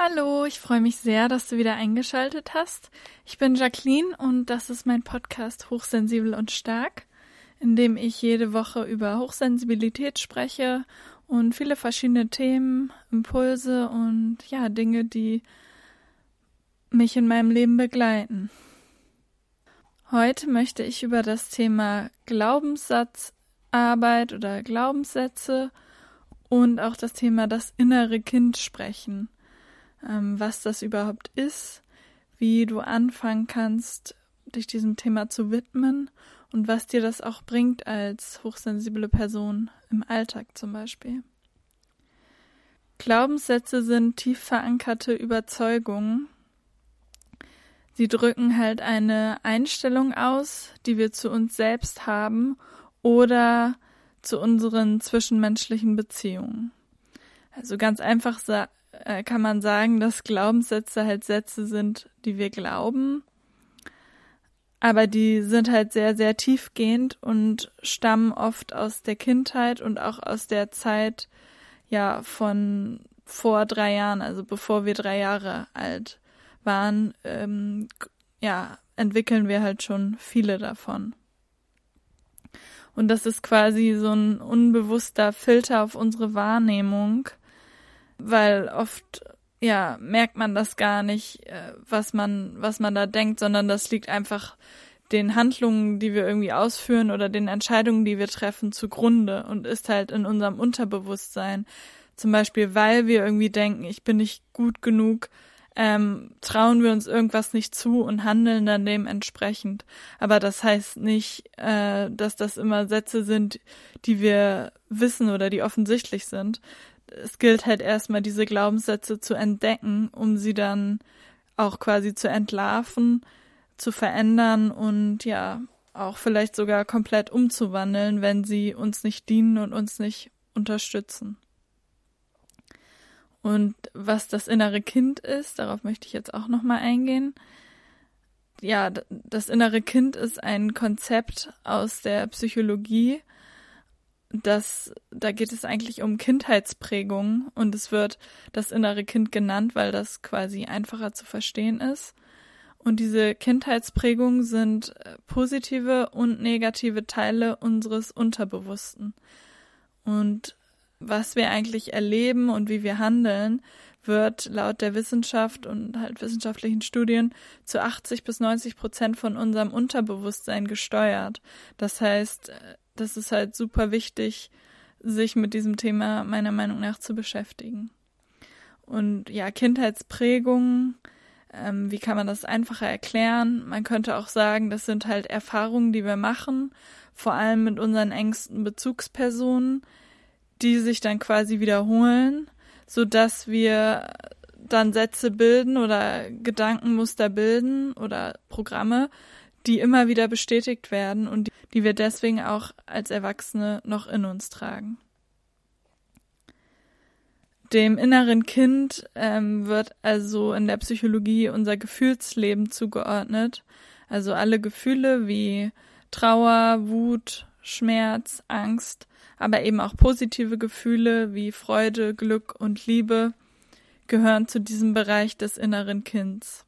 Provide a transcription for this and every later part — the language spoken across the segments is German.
Hallo, ich freue mich sehr, dass du wieder eingeschaltet hast. Ich bin Jacqueline und das ist mein Podcast Hochsensibel und Stark, in dem ich jede Woche über Hochsensibilität spreche und viele verschiedene Themen, Impulse und Dinge, die mich in meinem Leben begleiten. Heute möchte ich über das Thema Glaubenssatzarbeit oder Glaubenssätze und auch das Thema das innere Kind sprechen. Was das überhaupt ist, wie du anfangen kannst, dich diesem Thema zu widmen und was dir das auch bringt als hochsensible Person im Alltag zum Beispiel. Glaubenssätze sind tief verankerte Überzeugungen. Sie drücken halt eine Einstellung aus, die wir zu uns selbst haben oder zu unseren zwischenmenschlichen Beziehungen. Also ganz einfach kann man sagen, dass Glaubenssätze halt Sätze sind, die wir glauben, aber die sind halt sehr, sehr tiefgehend und stammen oft aus der Kindheit und auch aus der Zeit, von vor 3 Jahren, also bevor wir 3 Jahre alt waren, entwickeln wir halt schon viele davon. Und das ist quasi so ein unbewusster Filter auf unsere Wahrnehmung, weil oft merkt man das gar nicht, was man da denkt, sondern das liegt einfach den Handlungen, die wir irgendwie ausführen oder den Entscheidungen, die wir treffen, zugrunde und ist halt in unserem Unterbewusstsein. Zum Beispiel, weil wir irgendwie denken, ich bin nicht gut genug, trauen wir uns irgendwas nicht zu und handeln dann dementsprechend. Aber das heißt nicht, dass das immer Sätze sind, die wir wissen oder die offensichtlich sind. Es gilt halt erstmal, diese Glaubenssätze zu entdecken, um sie dann auch quasi zu entlarven, zu verändern und auch vielleicht sogar komplett umzuwandeln, wenn sie uns nicht dienen und uns nicht unterstützen. Und was das innere Kind ist, darauf möchte ich jetzt auch nochmal eingehen. Ja, das innere Kind ist ein Konzept aus der Psychologie. Da geht es eigentlich um Kindheitsprägungen und es wird das innere Kind genannt, weil das quasi einfacher zu verstehen ist. Und diese Kindheitsprägungen sind positive und negative Teile unseres Unterbewussten. Und was wir eigentlich erleben und wie wir handeln, wird laut der Wissenschaft und halt wissenschaftlichen Studien zu 80-90% von unserem Unterbewusstsein gesteuert. Das heißt, das ist halt super wichtig, sich mit diesem Thema meiner Meinung nach zu beschäftigen. Und Kindheitsprägungen, wie kann man das einfacher erklären? Man könnte auch sagen, das sind halt Erfahrungen, die wir machen, vor allem mit unseren engsten Bezugspersonen, die sich dann quasi wiederholen, sodass wir dann Sätze bilden oder Gedankenmuster bilden oder Programme, die immer wieder bestätigt werden und die wir deswegen auch als Erwachsene noch in uns tragen. Dem inneren Kind wird also in der Psychologie unser Gefühlsleben zugeordnet, also alle Gefühle wie Trauer, Wut, Schmerz, Angst, aber eben auch positive Gefühle wie Freude, Glück und Liebe gehören zu diesem Bereich des inneren Kinds.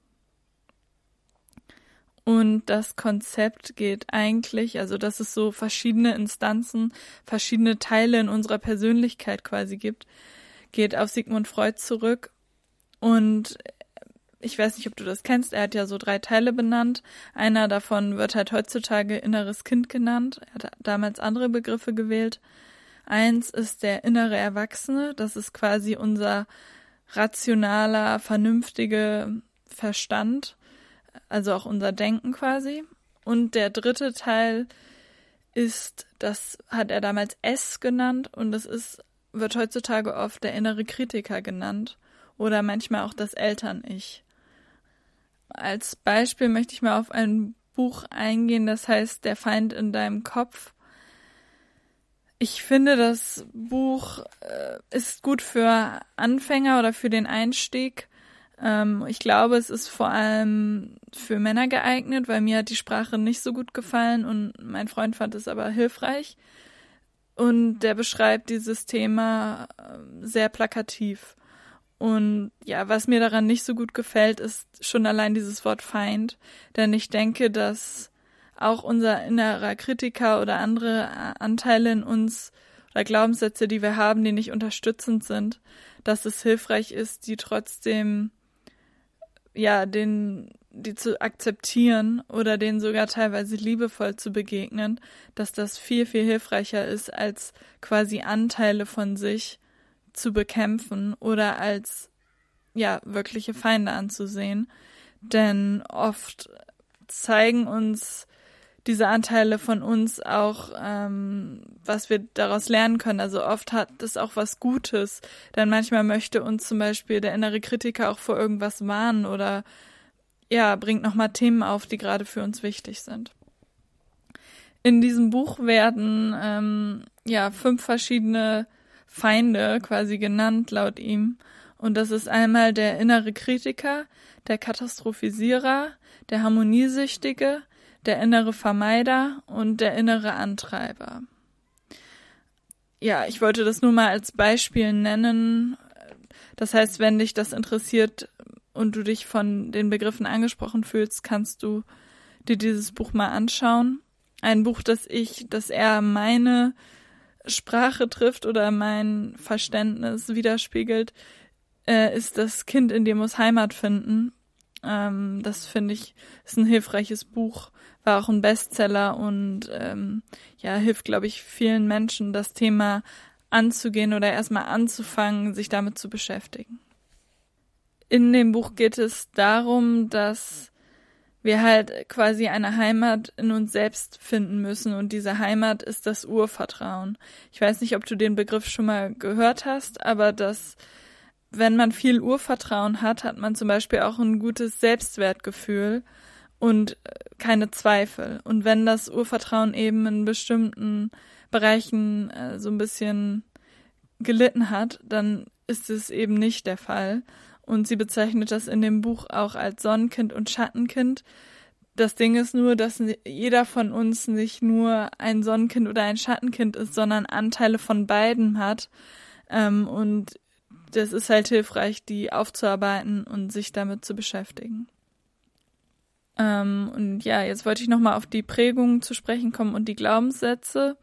Und das Konzept geht eigentlich, also dass es so verschiedene Instanzen, verschiedene Teile in unserer Persönlichkeit quasi gibt, geht auf Sigmund Freud zurück. Und ich weiß nicht, ob du das kennst, er hat ja so 3 Teile benannt. Einer davon wird halt heutzutage inneres Kind genannt. Er hat damals andere Begriffe gewählt. 1 ist der innere Erwachsene, das ist quasi unser rationaler, vernünftiger Verstand, also auch unser Denken quasi. Und der 3. Teil ist, das hat er damals S genannt und wird heutzutage oft der innere Kritiker genannt oder manchmal auch das Eltern-Ich. Als Beispiel möchte ich mal auf ein Buch eingehen, das heißt Der Feind in deinem Kopf. Ich finde, das Buch ist gut für Anfänger oder für den Einstieg. Ich glaube, es ist vor allem für Männer geeignet, weil mir hat die Sprache nicht so gut gefallen und mein Freund fand es aber hilfreich. Und der beschreibt dieses Thema sehr plakativ. Und ja, was mir daran nicht so gut gefällt, ist schon allein dieses Wort Feind. Denn ich denke, dass auch unser innerer Kritiker oder andere Anteile in uns oder Glaubenssätze, die wir haben, die nicht unterstützend sind, dass es hilfreich ist, die trotzdem, ja, die zu akzeptieren oder denen sogar teilweise liebevoll zu begegnen, dass das viel, viel hilfreicher ist, als quasi Anteile von sich zu bekämpfen oder als, ja, wirkliche Feinde anzusehen. Denn oft zeigen uns diese Anteile von uns auch, was wir daraus lernen können. Also oft hat es auch was Gutes, denn manchmal möchte uns zum Beispiel der innere Kritiker auch vor irgendwas warnen oder ja, bringt nochmal Themen auf, die gerade für uns wichtig sind. In diesem Buch werden 5 verschiedene Feinde quasi genannt laut ihm. Und das ist einmal der innere Kritiker, der Katastrophisierer, der Harmoniesüchtige, der innere Vermeider und der innere Antreiber. Ja, ich wollte das nur mal als Beispiel nennen. Das heißt, wenn dich das interessiert und du dich von den Begriffen angesprochen fühlst, kannst du dir dieses Buch mal anschauen. Ein Buch, das eher meine Sprache trifft oder mein Verständnis widerspiegelt, ist Das Kind in dir muss Heimat finden. Das finde ich, ist ein hilfreiches Buch, war auch ein Bestseller und hilft, glaube ich, vielen Menschen, das Thema anzugehen oder erstmal anzufangen, sich damit zu beschäftigen. In dem Buch geht es darum, dass wir halt quasi eine Heimat in uns selbst finden müssen und diese Heimat ist das Urvertrauen. Ich weiß nicht, ob du den Begriff schon mal gehört hast, aber wenn man viel Urvertrauen hat, hat man zum Beispiel auch ein gutes Selbstwertgefühl und keine Zweifel. Und wenn das Urvertrauen eben in bestimmten Bereichen so ein bisschen gelitten hat, dann ist es eben nicht der Fall. Und sie bezeichnet das in dem Buch auch als Sonnenkind und Schattenkind. Das Ding ist nur, dass jeder von uns nicht nur ein Sonnenkind oder ein Schattenkind ist, sondern Anteile von beiden hat. Und das ist halt hilfreich, die aufzuarbeiten und sich damit zu beschäftigen. Und ja, jetzt wollte ich nochmal auf die Prägungen zu sprechen kommen und die Glaubenssätze.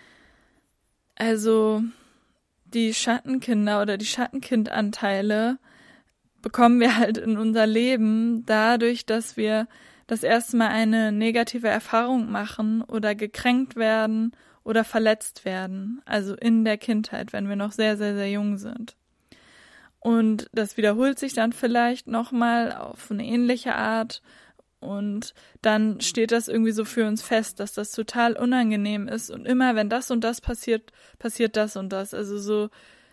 Also die Schattenkinder oder die Schattenkindanteile bekommen wir halt in unser Leben dadurch, dass wir das erste Mal eine negative Erfahrung machen oder gekränkt werden oder verletzt werden. Also in der Kindheit, wenn wir noch sehr, sehr, sehr jung sind. Und das wiederholt sich dann vielleicht nochmal auf eine ähnliche Art und dann steht das irgendwie so für uns fest, dass das total unangenehm ist und immer, wenn das und das passiert, passiert das und das. Also so,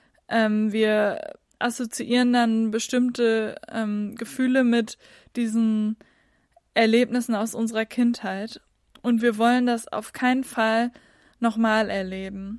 wir assoziieren dann bestimmte Gefühle mit diesen Erlebnissen aus unserer Kindheit und wir wollen das auf keinen Fall nochmal erleben.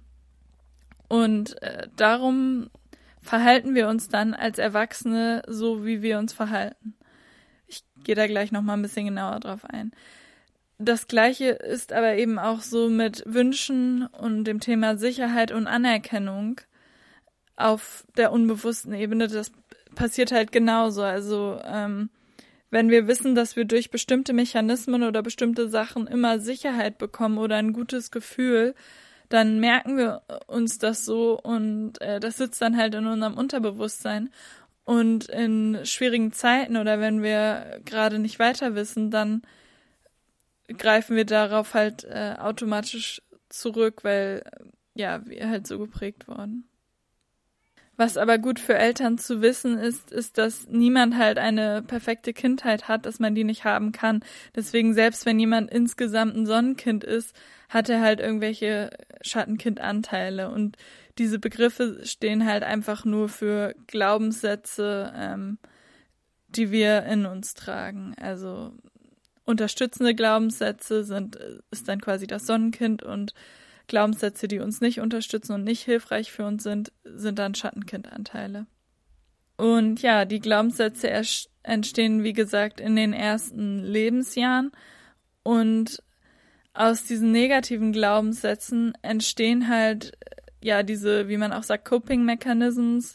Und darum verhalten wir uns dann als Erwachsene so, wie wir uns verhalten. Ich gehe da gleich nochmal ein bisschen genauer drauf ein. Das Gleiche ist aber eben auch so mit Wünschen und dem Thema Sicherheit und Anerkennung auf der unbewussten Ebene. Das passiert halt genauso. Also wenn wir wissen, dass wir durch bestimmte Mechanismen oder bestimmte Sachen immer Sicherheit bekommen oder ein gutes Gefühl, dann merken wir uns das so und das sitzt dann halt in unserem Unterbewusstsein. Und in schwierigen Zeiten oder wenn wir gerade nicht weiter wissen, dann greifen wir darauf halt automatisch zurück, weil ja, wir halt so geprägt wurden. Was aber gut für Eltern zu wissen ist, dass niemand halt eine perfekte Kindheit hat, dass man die nicht haben kann. Deswegen, selbst wenn jemand insgesamt ein Sonnenkind ist, hat er halt irgendwelche Schattenkindanteile. Und diese Begriffe stehen halt einfach nur für Glaubenssätze, die wir in uns tragen. Also unterstützende Glaubenssätze ist dann quasi das Sonnenkind und Glaubenssätze, die uns nicht unterstützen und nicht hilfreich für uns sind dann Schattenkindanteile. Und ja, die Glaubenssätze entstehen, wie gesagt, in den ersten Lebensjahren und aus diesen negativen Glaubenssätzen entstehen halt, ja, diese, wie man auch sagt, Coping Mechanisms,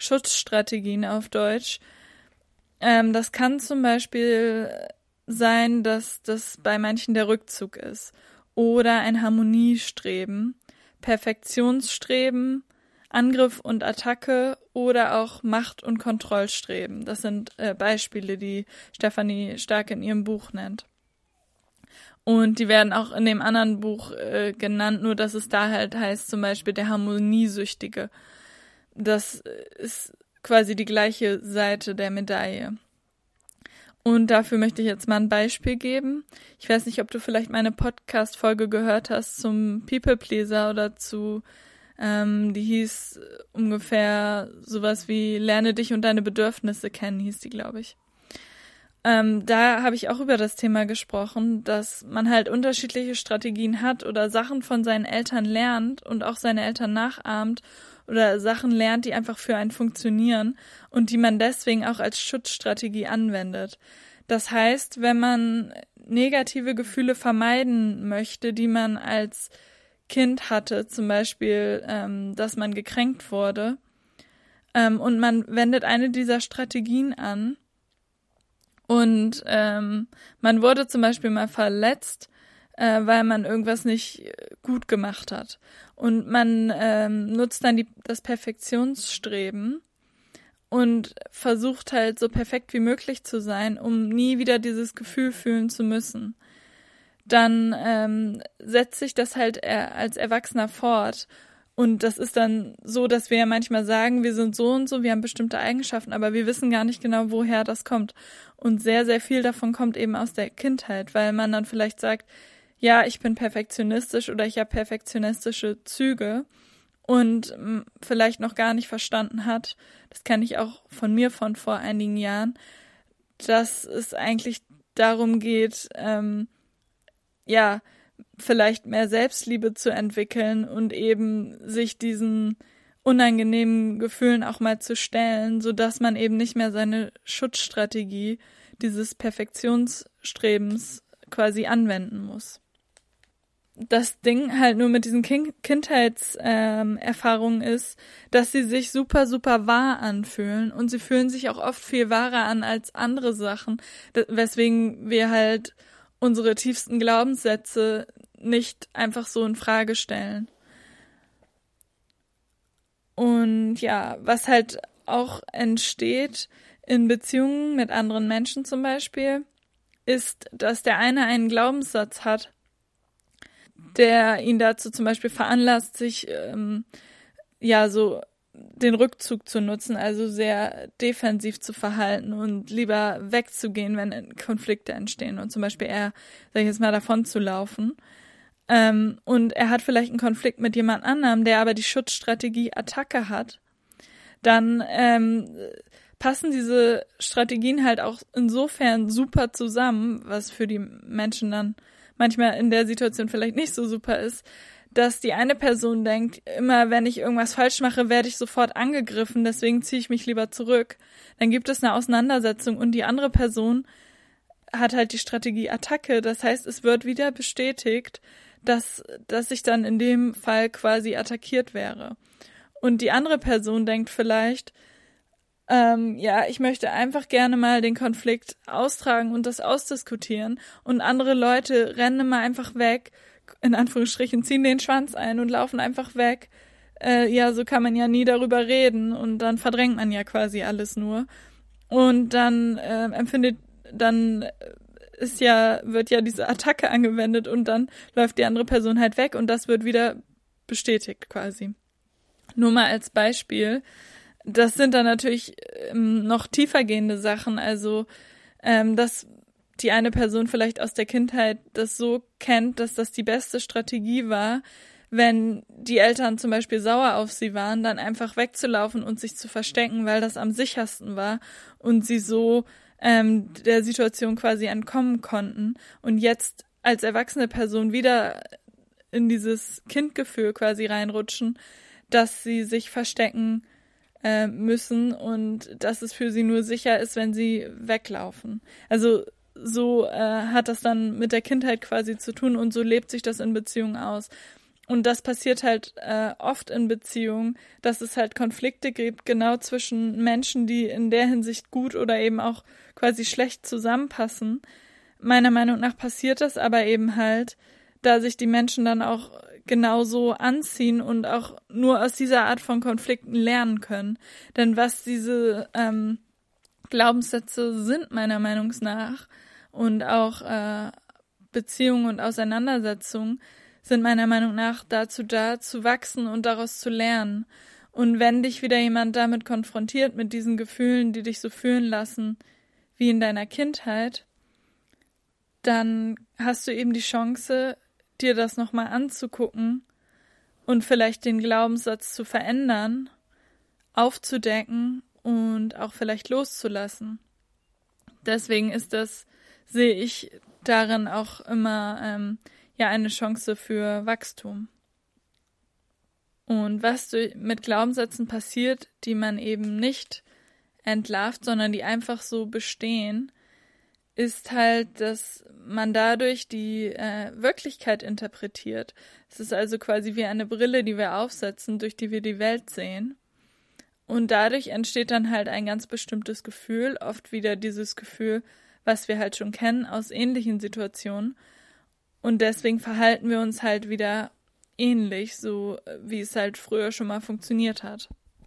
Schutzstrategien auf Deutsch. Das kann zum Beispiel sein, dass das bei manchen der Rückzug ist oder ein Harmoniestreben, Perfektionsstreben, Angriff und Attacke oder auch Macht- und Kontrollstreben. Das sind Beispiele, die Stefanie Stark in ihrem Buch nennt. Und die werden auch in dem anderen Buch genannt, nur dass es da halt heißt, zum Beispiel der Harmoniesüchtige. Das ist quasi die gleiche Seite der Medaille. Und dafür möchte ich jetzt mal ein Beispiel geben. Ich weiß nicht, ob du vielleicht meine Podcast-Folge gehört hast zum People-Pleaser oder zu, die hieß ungefähr sowas wie Lerne dich und deine Bedürfnisse kennen, hieß die, glaube ich. Da habe ich auch über das Thema gesprochen, dass man halt unterschiedliche Strategien hat oder Sachen von seinen Eltern lernt und auch seine Eltern nachahmt oder Sachen lernt, die einfach für einen funktionieren und die man deswegen auch als Schutzstrategie anwendet. Das heißt, wenn man negative Gefühle vermeiden möchte, die man als Kind hatte, zum Beispiel, dass man gekränkt wurde, und man wendet eine dieser Strategien an und man wurde zum Beispiel mal verletzt, weil man irgendwas nicht gut gemacht hat. Und man nutzt dann das Perfektionsstreben und versucht halt so perfekt wie möglich zu sein, um nie wieder dieses Gefühl fühlen zu müssen. Dann setzt sich das halt als Erwachsener fort. Und das ist dann so, dass wir ja manchmal sagen, wir sind so und so, wir haben bestimmte Eigenschaften, aber wir wissen gar nicht genau, woher das kommt. Und sehr, sehr viel davon kommt eben aus der Kindheit, weil man dann vielleicht sagt, ja, ich bin perfektionistisch oder ich habe perfektionistische Züge und vielleicht noch gar nicht verstanden hat, das kenne ich auch von mir von vor einigen Jahren, dass es eigentlich darum geht, vielleicht mehr Selbstliebe zu entwickeln und eben sich diesen unangenehmen Gefühlen auch mal zu stellen, sodass man eben nicht mehr seine Schutzstrategie dieses Perfektionsstrebens quasi anwenden muss. Das Ding halt nur mit diesen Kindheitserfahrungen ist, dass sie sich super, super wahr anfühlen und sie fühlen sich auch oft viel wahrer an als andere Sachen, weswegen wir halt unsere tiefsten Glaubenssätze nicht einfach so in Frage stellen. Und ja, was halt auch entsteht in Beziehungen mit anderen Menschen zum Beispiel, ist, dass der eine einen Glaubenssatz hat, der ihn dazu zum Beispiel veranlasst, sich so den Rückzug zu nutzen, also sehr defensiv zu verhalten und lieber wegzugehen, wenn Konflikte entstehen und zum Beispiel eher, sag ich jetzt mal, davon zu laufen. Und er hat vielleicht einen Konflikt mit jemand anderem, der aber die Schutzstrategie Attacke hat, dann passen diese Strategien halt auch insofern super zusammen, was für die Menschen dann manchmal in der Situation vielleicht nicht so super ist, dass die eine Person denkt, immer wenn ich irgendwas falsch mache, werde ich sofort angegriffen, deswegen ziehe ich mich lieber zurück. Dann gibt es eine Auseinandersetzung und die andere Person hat halt die Strategie Attacke. Das heißt, es wird wieder bestätigt, dass ich dann in dem Fall quasi attackiert wäre. Und die andere Person denkt vielleicht, ich möchte einfach gerne mal den Konflikt austragen und das ausdiskutieren und andere Leute rennen immer einfach weg, in Anführungsstrichen ziehen den Schwanz ein und laufen einfach weg. So kann man ja nie darüber reden und dann verdrängt man ja quasi alles nur. Und dann wird ja diese Attacke angewendet und dann läuft die andere Person halt weg und das wird wieder bestätigt quasi. Nur mal als Beispiel. Das sind dann natürlich noch tiefergehende Sachen, also dass die eine Person vielleicht aus der Kindheit das so kennt, dass das die beste Strategie war, wenn die Eltern zum Beispiel sauer auf sie waren, dann einfach wegzulaufen und sich zu verstecken, weil das am sichersten war und sie so der Situation quasi entkommen konnten und jetzt als erwachsene Person wieder in dieses Kindgefühl quasi reinrutschen, dass sie sich verstecken müssen und dass es für sie nur sicher ist, wenn sie weglaufen. Also so hat das dann mit der Kindheit quasi zu tun und so lebt sich das in Beziehungen aus. Und das passiert halt oft in Beziehungen, dass es halt Konflikte gibt, genau zwischen Menschen, die in der Hinsicht gut oder eben auch quasi schlecht zusammenpassen. Meiner Meinung nach passiert das aber eben halt, da sich die Menschen dann auch genauso anziehen und auch nur aus dieser Art von Konflikten lernen können. Denn was diese Glaubenssätze sind, meiner Meinung nach, und auch Beziehungen und Auseinandersetzungen, sind meiner Meinung nach dazu da, zu wachsen und daraus zu lernen. Und wenn dich wieder jemand damit konfrontiert, mit diesen Gefühlen, die dich so fühlen lassen, wie in deiner Kindheit, dann hast du eben die Chance, dir das nochmal anzugucken und vielleicht den Glaubenssatz zu verändern, aufzudecken und auch vielleicht loszulassen. Deswegen ist das, sehe ich darin auch immer eine Chance für Wachstum. Und was mit Glaubenssätzen passiert, die man eben nicht entlarvt, sondern die einfach so bestehen, ist halt, dass man dadurch die Wirklichkeit interpretiert. Es ist also quasi wie eine Brille, die wir aufsetzen, durch die wir die Welt sehen. Und dadurch entsteht dann halt ein ganz bestimmtes Gefühl, oft wieder dieses Gefühl, was wir halt schon kennen aus ähnlichen Situationen. Und deswegen verhalten wir uns halt wieder ähnlich, so wie es halt früher schon mal funktioniert hat.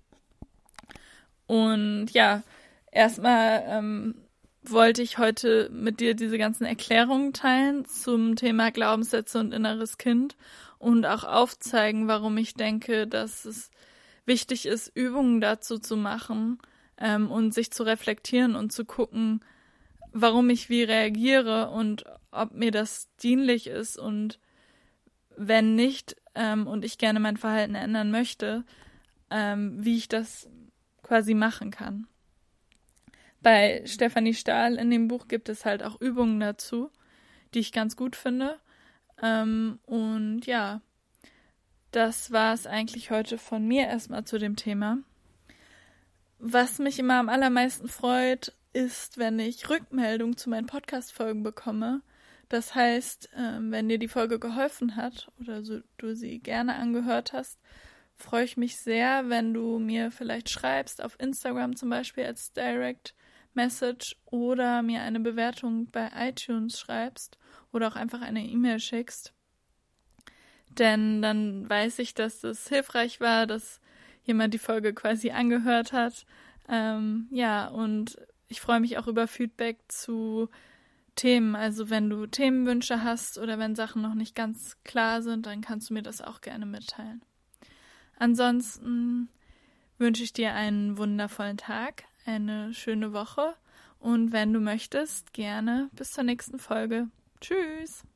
Und ja, erstmal wollte ich heute mit dir diese ganzen Erklärungen teilen zum Thema Glaubenssätze und inneres Kind und auch aufzeigen, warum ich denke, dass es wichtig ist, Übungen dazu zu machen und sich zu reflektieren und zu gucken, warum ich wie reagiere und ob mir das dienlich ist und wenn nicht und ich gerne mein Verhalten ändern möchte, wie ich das quasi machen kann. Bei Stefanie Stahl in dem Buch gibt es halt auch Übungen dazu, die ich ganz gut finde. Und ja, das war es eigentlich heute von mir erstmal zu dem Thema. Was mich immer am allermeisten freut, ist, wenn ich Rückmeldung zu meinen Podcast-Folgen bekomme. Das heißt, wenn dir die Folge geholfen hat oder du sie gerne angehört hast, freue ich mich sehr, wenn du mir vielleicht schreibst, auf Instagram zum Beispiel als Direct Message oder mir eine Bewertung bei iTunes schreibst oder auch einfach eine E-Mail schickst. Denn dann weiß ich, dass das hilfreich war, dass jemand die Folge quasi angehört hat. Und ich freue mich auch über Feedback zu Themen. Also wenn du Themenwünsche hast oder wenn Sachen noch nicht ganz klar sind, dann kannst du mir das auch gerne mitteilen. Ansonsten wünsche ich dir einen wundervollen Tag, eine schöne Woche und wenn du möchtest, gerne bis zur nächsten Folge. Tschüss!